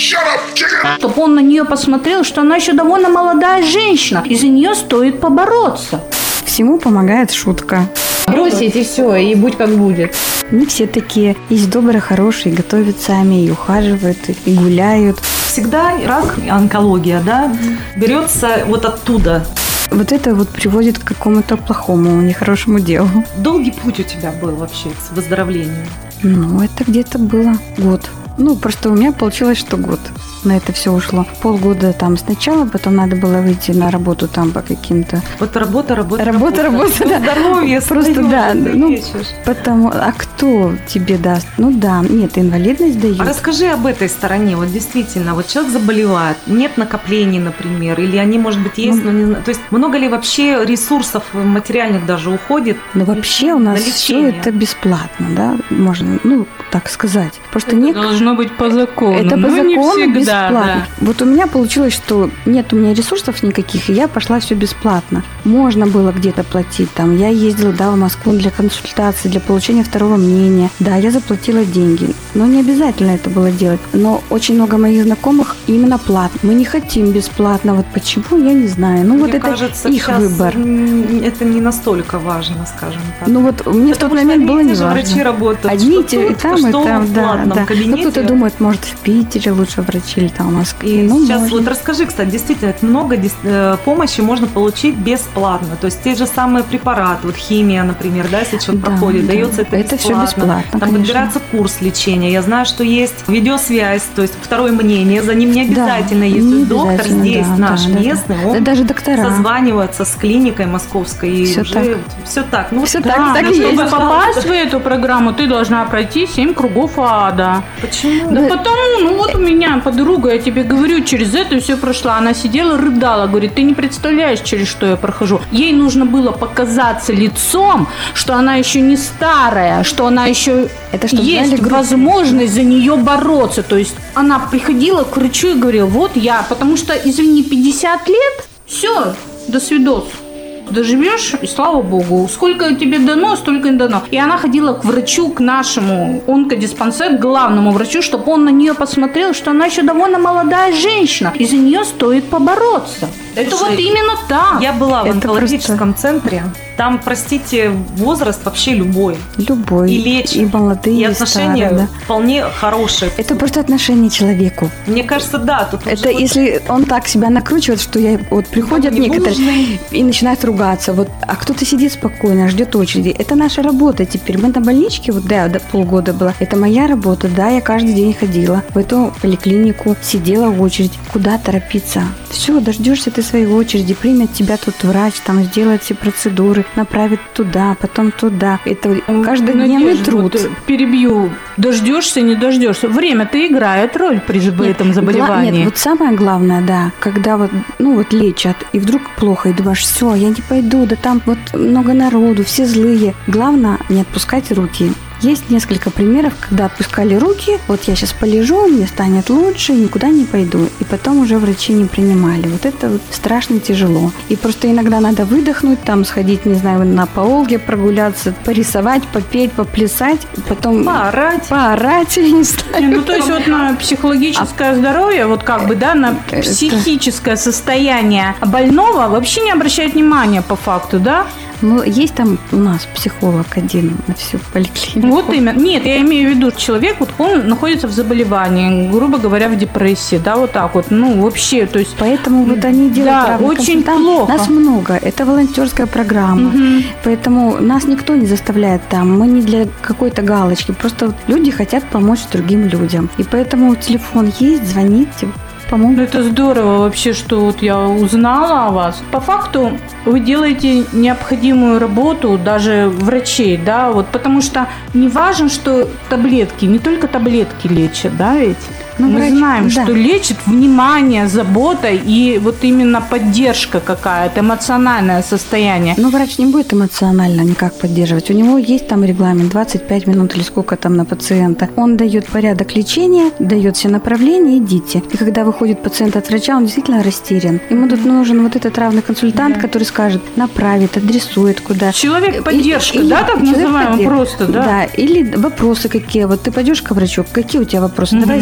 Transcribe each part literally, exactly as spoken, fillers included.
Чтобы он на нее посмотрел, что она еще довольно молодая женщина, и за нее стоит побороться. Всему помогает шутка. Бросить и все, и будь как будет. Не все такие. Есть добрые, хорошие, готовят сами, и ухаживают, и гуляют. Всегда рак, онкология, да, берется вот оттуда. Вот это вот приводит к какому-то плохому, нехорошему делу. Долгий путь у тебя был вообще к выздоровлению? Ну, это где-то было год. Ну, просто у меня получилось, что год на это все ушло. Полгода там сначала, потом надо было выйти на работу там по каким-то... Вот работа, работа, работа. Работа, работа, да. Здоровье, просто, да. Ну, потому, а кто тебе даст? Ну, да, нет, инвалидность дают. А расскажи об этой стороне. Вот действительно, вот человек заболевает, нет накоплений, например, или они, может быть, есть, ну, но не знаю. То есть много ли вообще ресурсов материальных даже уходит? Ну, вообще у нас все это бесплатно, да, можно, ну, так сказать. Просто это не... должно быть по закону. Это по закону бесплатно. Да. Вот у меня получилось, что нет у меня ресурсов никаких, и я пошла все бесплатно. Можно было где-то платить. Там я ездила, да, в Москву для консультации, для получения второго мнения. Да, я заплатила деньги. Но не обязательно это было делать. Но очень много моих знакомых именно платно. Мы не хотим бесплатно. Вот почему, я не знаю. Ну, Мне вот это кажется, их выбор. Это не настолько важно, скажем так. Ну, вот мне в тот момент было не важно. Врачи работают. Одни и там, и там, да, да. Ну, кто-то думает, может, в Питере лучше врачи или там в Москве. И ну, сейчас можно. вот расскажи, кстати, действительно, много помощи можно получить бесплатно. То есть те же самые препараты, вот химия, например, да, если человек да, проходит, да. дается это, это бесплатно. все бесплатно. Там подбирается курс лечения. Я знаю, что есть видеосвязь, то есть второе мнение, за ним не обязательно да, есть. Не доктор здесь да, наш да, местный, да. он да, даже доктора созванивается с клиникой московской. И все уже так. Все так. Ну, все да, так, так но есть. чтобы попасть в эту программу, ты должна пройти семь кругов ада. Почему? Да, да потому, ну вот у меня подруга, я тебе говорю, через это все прошла. Она сидела, рыдала, говорит, ты не представляешь, через что я прохожу. Ей нужно было показаться лицом, что она еще не старая, что она еще это что, есть возможность за нее бороться. То есть она приходила к врачу и говорила, вот я, потому что, извини, пятьдесят лет, все, до свидос. Доживешь, и слава богу. Сколько тебе дано, столько и дано. И она ходила к врачу, к нашему онкодиспансеру, к главному врачу, чтобы он на нее посмотрел, что она еще довольно молодая женщина, и за нее стоит побороться. Это Слушай, вот именно так. Я была в это онкологическом просто... центре. Там, простите, возраст вообще любой. Любой. И лечат. И молодые, и и отношения старые, да. вполне хорошие. Это просто отношение к человеку. Мне кажется, да. Тут это вот... если он так себя накручивает, что я вот приходят не некоторые нужный. И начинают ругаться. Вот, а кто-то сидит спокойно, ждет очереди. Это наша работа теперь. Мы на больничке, вот да, до полгода была. Это моя работа, да, я каждый день ходила в эту поликлинику, сидела в очередь. Куда торопиться? Все, дождешься ты своей очереди, примет тебя тут врач, там сделает все процедуры, направит туда, потом туда. Это каждодневный Надежда, труд. Вот перебью. Дождешься, не дождешься. Время-то играет роль при Нет, этом заболевании. Нет, вот самое главное, да, когда вот, ну вот лечат, и вдруг плохо, и думаешь, все, я не пойду, да там вот много народу, все злые. Главное, не отпускать руки. Есть несколько примеров, когда отпускали руки, вот я сейчас полежу, мне станет лучше, никуда не пойду. И потом уже врачи не принимали. Вот это вот страшно тяжело. И просто иногда надо выдохнуть, там сходить, не знаю, на по Волге прогуляться, порисовать, попеть, поплясать, потом поорать. Поорать, я не знаю. Ну, то есть вот на психологическое здоровье, вот как бы, да, на психическое состояние больного вообще не обращают внимания по факту, да? Ну, есть там у нас психолог один на всю поликлинику. Вот именно. Нет, я имею в виду, человек, вот он находится в заболевании, грубо говоря, в депрессии, да, вот так вот, ну, вообще, то есть... Поэтому вот они делают да, очень плохо. Нас много, это волонтерская программа, угу. Поэтому нас никто не заставляет там, мы не для какой-то галочки, просто вот люди хотят помочь другим людям, и поэтому телефон есть, звоните, помогут. Ну, это здорово вообще, что вот я узнала о вас. По факту вы делаете необходимую работу даже врачей, да, вот, потому что не важно, что таблетки, не только таблетки лечат, да, ведь? Ну, мы врач, знаем, да. что лечит внимание, забота и вот именно поддержка какая-то, эмоциональное состояние. Но врач не будет эмоционально никак поддерживать. У него есть там регламент двадцать пять минут или сколько там на пациента. Он дает порядок лечения, дает все направления, идите. И когда выходит пациент от врача, он действительно растерян. Ему тут нужен вот этот равный консультант, да. который скажет, направит, адресует куда. Человек-поддержка, и, да, так называемый просто, да? Да, или вопросы какие. Вот ты пойдешь к врачу, какие у тебя вопросы? Угу. Давай сразу запишем.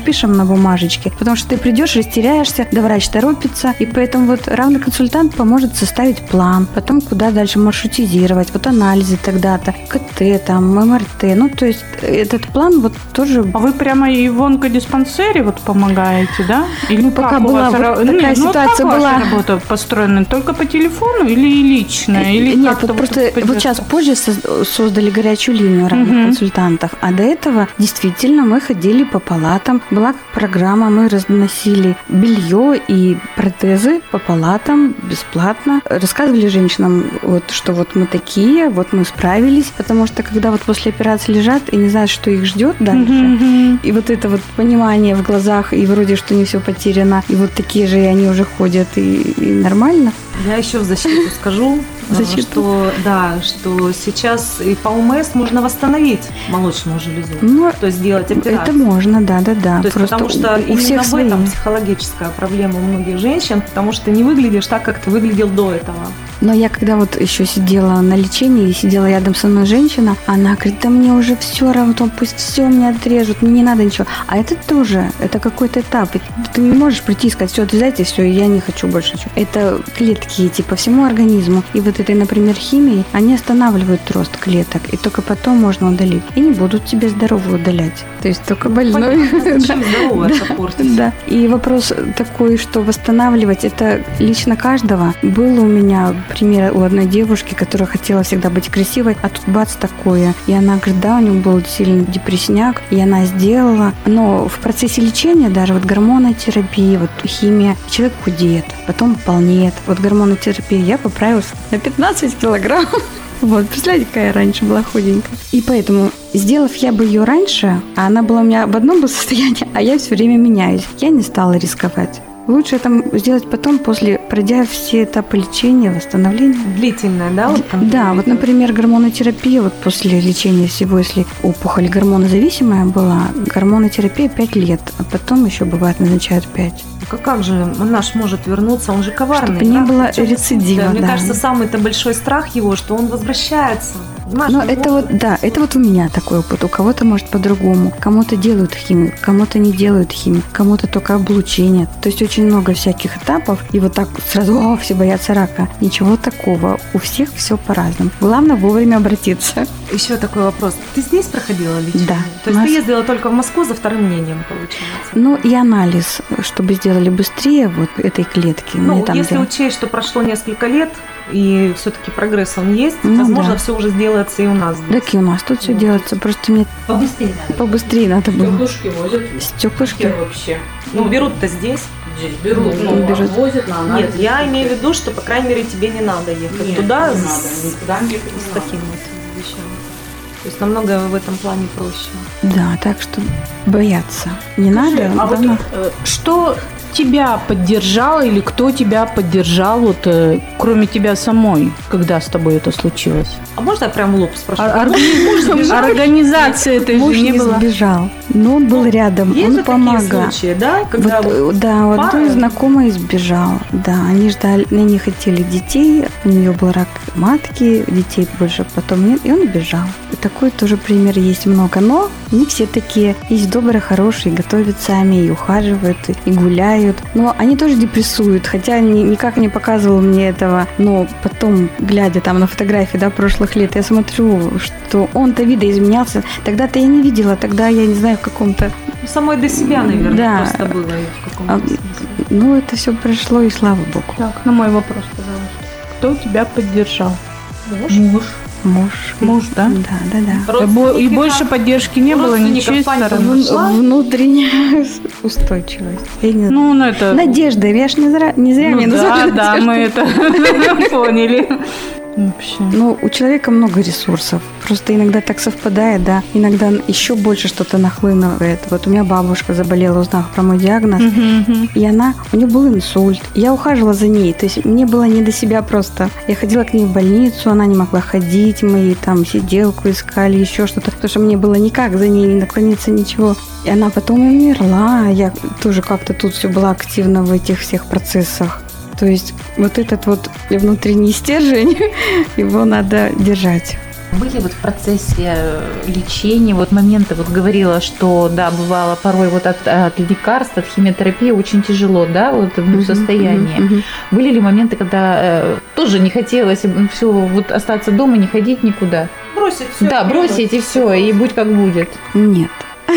напишем на бумажечке, потому что ты придешь, растеряешься, да врач торопится, и поэтому вот равный консультант поможет составить план, потом куда дальше маршрутизировать, вот анализы тогда-то, КТ, там, МРТ, ну, то есть этот план вот тоже... А вы прямо и в онкодиспансере вот помогаете, да? Или ну, пока была вот ра... такая Нет, ситуация ну, как была... ваша работа построена? Только по телефону или личная? Или Нет, вот просто вот сейчас позже создали горячую линию равных угу. консультантов, а до этого действительно мы ходили по палатам, была программа, мы разносили белье и протезы по палатам бесплатно, рассказывали женщинам, вот, что вот мы такие, вот мы справились, потому что когда вот после операции лежат и не знают, что их ждет дальше, угу. и вот это вот понимание в глазах, и вроде что не все потеряно, и вот такие же и они уже ходят, и, и нормально. Я еще в защиту скажу, защиту. что да, что сейчас и по ОМС можно восстановить молочную железу, ну, то есть сделать операцию. Это можно, да, да, да. То есть, потому что у, у всех в этом психологическая проблема у многих женщин, потому что не выглядишь так, как ты выглядел до этого. Но я когда вот еще сидела на лечении, и сидела рядом со мной женщина, она говорит, да мне уже все равно, пусть все мне отрежут, мне не надо ничего. А это тоже, это какой-то этап. Ты не можешь прийти и сказать, все, отрезайте, все, я не хочу больше ничего. Это клетки идти по всему организму. И вот этой, например, химией, они останавливают рост клеток, и только потом можно удалить. И не будут тебе здоровую удалять. То есть только больной. Зачем здоровое портить? Да. И вопрос такой, что восстанавливать, это лично каждого. Было у меня пример у одной девушки, которая хотела всегда быть красивой, а тут бац такое. И она говорит, да, у нее был сильный депрессняк, и она сделала. Но в процессе лечения, даже вот гормонотерапия, вот химия, человек худеет, потом полнеет. Вот гормонотерапия, я поправилась на пятнадцать килограмм. Вот, представляете, какая я раньше была худенькая. И поэтому, сделав я бы ее раньше, а она была у меня в одном бы состоянии, а я все время меняюсь, я не стала рисковать. Лучше это сделать потом, после пройдя все этапы лечения, восстановления. Длительная, да? Вот да, вот, например, гормонотерапия, вот после лечения всего, если опухоль гормонозависимая была, гормонотерапия пять лет, а потом еще бывает назначают пять. А как же наш может вернуться? Он же коварный. Чтобы не было рецидива. Да, мне да. кажется, самый-то большой страх его, что он возвращается. Понимаешь, Но это вот, да, это вот у меня такой опыт. У кого-то может по-другому. Кому-то делают химию, кому-то не делают химию, кому-то только облучение. То есть очень много всяких этапов. И вот так сразу, о, все боятся рака. Ничего такого. У всех все по-разному. Главное вовремя обратиться. Еще такой вопрос. Ты здесь проходила лечение? Да. То есть нас... ты ездила только в Москву за вторым мнением, получается? Ну и анализ, чтобы сделали быстрее вот этой клетки. Ну, там если делать. учесть, что прошло несколько лет, и все-таки прогресс он есть, ну, возможно, да. все уже сделается и у нас здесь. Так и у нас тут все вот. делается, просто мне побыстрее надо. Побыстрее надо было. Стеклышки возят. Стеклышки? Вообще. Ну, берут-то здесь. Здесь берут, ну, берут. возят на анализ. Нет, я имею в виду, что, по крайней мере, тебе не надо ехать Нет, туда не с, надо, никуда не с таким вот вещами. То есть намного в этом плане проще. Да, так что бояться не Скажи, надо. А вот, э, что тебя поддержало или кто тебя поддержал, вот, э, кроме тебя самой, когда с тобой это случилось? А можно я прям в лоб спрошу? А, органи... Организация этой Муж же не не была. сбежал, но он был Ну, рядом, есть он же помогал. такие случаи, да? Когда Вот, вот да, вот пара- один знакомый сбежал. Да, они ждали, они хотели детей, у нее был рак матки, детей больше потом нет, и он убежал. И такой тоже пример есть много, но не все такие. Есть добрые, хорошие, готовят сами, и ухаживают, и гуляют. Но они тоже депрессуют, хотя ни, никак не показывал мне этого. Но потом, глядя там на фотографии, да, прошлых лет, я смотрю, что он-то видоизменялся. Тогда-то я не видела, тогда я не знаю, в каком-то... самой до себя, наверное, Да. просто было в каком-то А, смысле. ну, это все прошло, и слава богу. Так, на мой вопрос, пожалуйста. Кто тебя поддержал? Муж? Муж. Муж. Муж, да? Да, да, да. И бо- И больше поддержки не было ни чьей Родственников стороны. Панька нашла? Внутренняя устойчивость. Я не знаю. Ну, ну это... Надежда, я ж не зря, не зря Ну меня да, назвали да, надеждой. мы это поняли. Вообще. Ну, у человека много ресурсов. Просто иногда так совпадает, да. Иногда еще больше что-то нахлынывает. Вот у меня бабушка заболела, узнав про мой диагноз. Мгм. И она, у нее был инсульт. Я ухаживала за ней. То есть мне было не до себя просто. Я ходила к ней в больницу, она не могла ходить. Мы ей там сиделку искали, еще что-то. Потому что мне было никак за ней не наклониться, ничего. И она потом умерла. Я тоже как-то тут все была активна в этих всех процессах. То есть вот этот вот внутренний стержень, его надо держать. Были вот в процессе лечения вот моменты, вот говорила, что да, бывало порой вот от, от лекарств, от химиотерапии очень тяжело, да, вот в состоянии. Мгм, мгм. Были ли моменты, когда э, тоже не хотелось все вот остаться дома, не ходить никуда? Бросить все. Да, бросить и все, и будь как будет. Нет.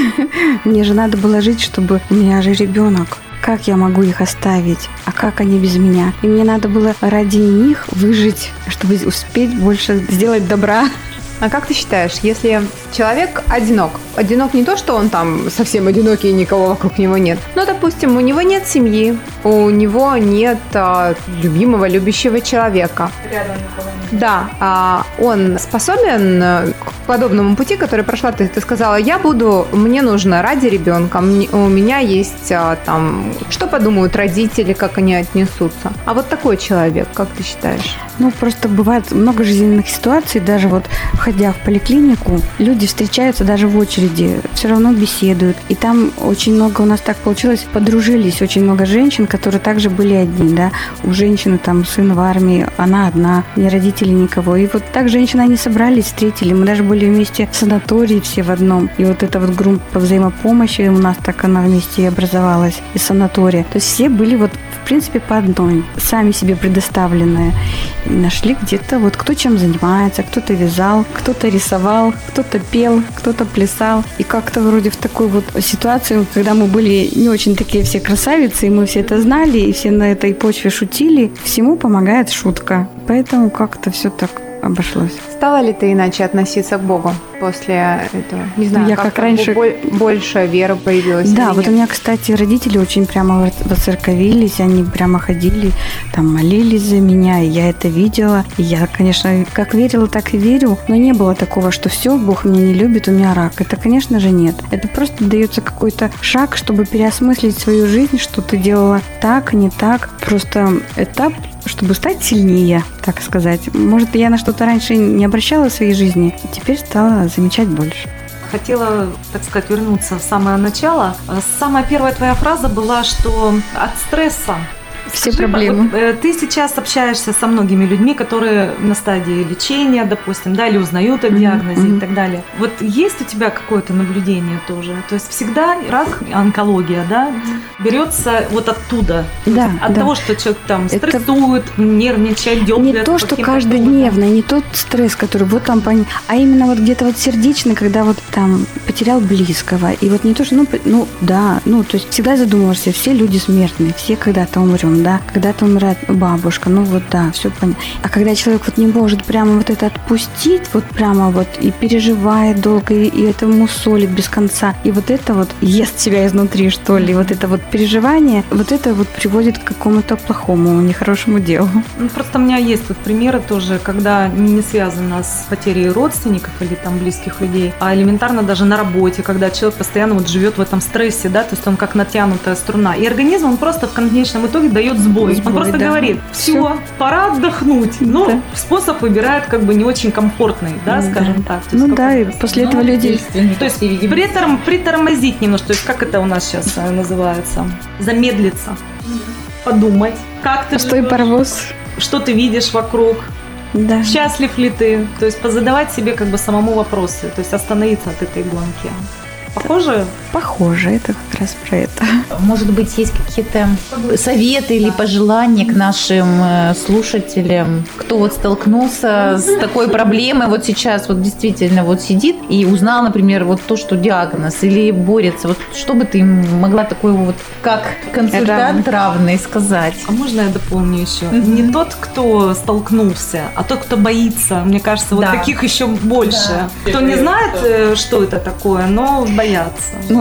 Мне же надо было жить, чтобы у меня же ребенок. Как я могу их оставить? А как они без меня? И мне надо было ради них выжить, чтобы успеть больше сделать добра. А как ты считаешь, если человек одинок, одинок не то, что он там совсем одинокий и никого вокруг него нет, но, допустим, у него нет семьи, у него нет а, любимого, любящего человека. Рядом никого нет. Да, а он способен а, к подобному пути, который прошла ты, ты сказала, я буду, мне нужно ради ребенка, мне- у меня есть а, там, что подумают родители, как они отнесутся. А вот такой человек, как ты считаешь? Ну, просто бывает много жизненных ситуаций, даже вот входя в поликлинику, люди встречаются даже в очереди, все равно беседуют. И там очень много у нас так получилось, подружились очень много женщин, которые также были одни, да. У женщины там сын в армии, она одна, ни родителей, никого. И вот так женщины, они собрались, встретили. Мы даже были вместе в санатории все в одном. И вот эта вот группа взаимопомощи у нас так она вместе и образовалась, из санатория. То есть все были вот в принципе по одной, сами себе предоставленные. И нашли где-то вот кто чем занимается, кто-то вязал, кто-то рисовал, кто-то пел, кто-то плясал. И как-то вроде в такой вот ситуации, когда мы были не очень такие все красавицы, и мы все это знали, и все на этой почве шутили, всему помогает шутка. Поэтому как-то все так обошлось. Стала ли ты иначе относиться к Богу после этого? Не знаю, Я как как-то раньше- бо- больше веры появилась. Да, или вот нет? у меня, кстати, родители очень прямо воцерковились, они прямо ходили, там молились за меня, и я это видела. И я, конечно, как верила, так и верю, но не было такого, что все, Бог меня не любит, у меня рак. Это, конечно же, нет. Это просто дается какой-то шаг, чтобы переосмыслить свою жизнь, что ты делала так, не так. Просто этап, чтобы стать сильнее, так сказать. Может, я на что-то раньше не обращала в своей жизни, теперь стала замечать больше. Хотела, так сказать, вернуться в самое начало. Самая первая твоя фраза была, что от стресса. Все Скажи, проблемы. вот, э, ты сейчас общаешься со многими людьми, которые на стадии лечения, допустим, да, или узнают о Мгм, диагнозе мгм. и так далее. Вот есть у тебя какое-то наблюдение тоже? То есть всегда рак, онкология, да, берется вот оттуда. То Да, есть от да. того, что человек там Это стрессует, нервничает, дёргает. Не то, по что каким-то каждодневно, не тот стресс, который вот там, пони- а именно вот где-то вот сердечный, когда вот там потерял близкого. И вот не то, что, ну, п- ну да, ну, то есть всегда задумываешься, все люди смертные, все когда-то умрем, да, когда-то умирает бабушка, ну вот да, все понятно. А когда человек вот не может прямо вот это отпустить, вот прямо вот и переживает долго, и, и это мусолит без конца, и вот это вот ест себя изнутри, что ли, вот это вот переживание, вот это вот приводит к какому-то плохому, нехорошему делу. Ну, просто у меня есть вот примеры тоже, когда не связано с потерей родственников или там близких людей, а элементарно даже на работе, когда человек постоянно вот живет в этом стрессе, да, то есть он как натянутая струна. И организм, он просто в конечном итоге дает сбой. Сбой, он просто да. говорит, все, Всё. пора отдохнуть. Но Да. способ выбирает как бы не очень комфортный, да, Да. скажем так. То есть Ну как да, он и просто- после этого люди... то есть приторм- притормозить немножко, то есть как это у нас сейчас э, называется? Замедлиться, подумать, как ты Пустой живешь, паровоз. что ты видишь вокруг, Да. счастлив ли ты, то есть позадавать себе как бы самому вопросы, то есть остановиться от этой гонки. Похоже? Похоже, это как раз про это. Может быть, есть какие-то советы или пожелания к нашим э, слушателям, кто вот столкнулся с такой проблемой, вот сейчас вот действительно вот сидит и узнал, например, вот то, что диагноз, или борется. Вот что бы ты им могла такой вот, как консультант равный сказать? А можно я дополню еще? Мгм. Не тот, кто столкнулся, а тот, кто боится. Мне кажется, вот Да. таких еще больше. Да. Кто не знает, э, что это такое, но боятся. Ну,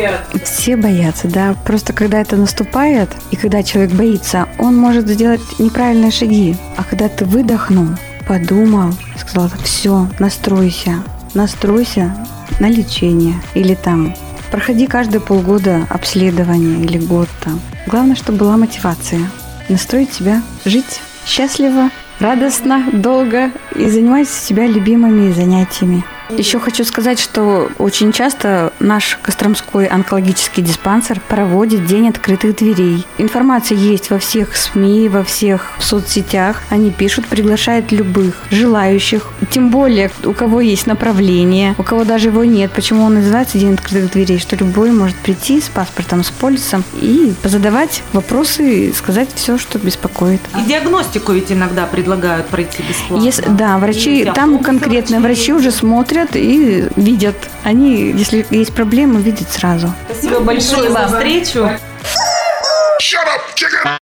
все боятся, да. Просто когда это наступает, и когда человек боится, он может сделать неправильные шаги. А когда ты выдохнул, подумал, сказал, все, настройся, настройся на лечение. Или там, проходи каждые полгода обследование или год там. Главное, чтобы была мотивация. Настроить себя жить счастливо, радостно, долго и занимать себя любимыми занятиями. Еще хочу сказать, что очень часто наш Костромской онкологический диспансер проводит день открытых дверей. Информация есть во всех СМИ, во всех соцсетях. Они пишут, приглашают любых желающих. Тем более, у кого есть направление, у кого даже его нет. Почему он называется день открытых дверей? Что любой может прийти с паспортом, с полисом и позадавать вопросы и сказать все, что беспокоит. И диагностику ведь иногда предлагают пройти бесплатно. Если, да, врачи, И там конкретно врачи уже смотрят и видят. Они, если есть проблемы, видят сразу. Спасибо большое за встречу. Shut up, chicken!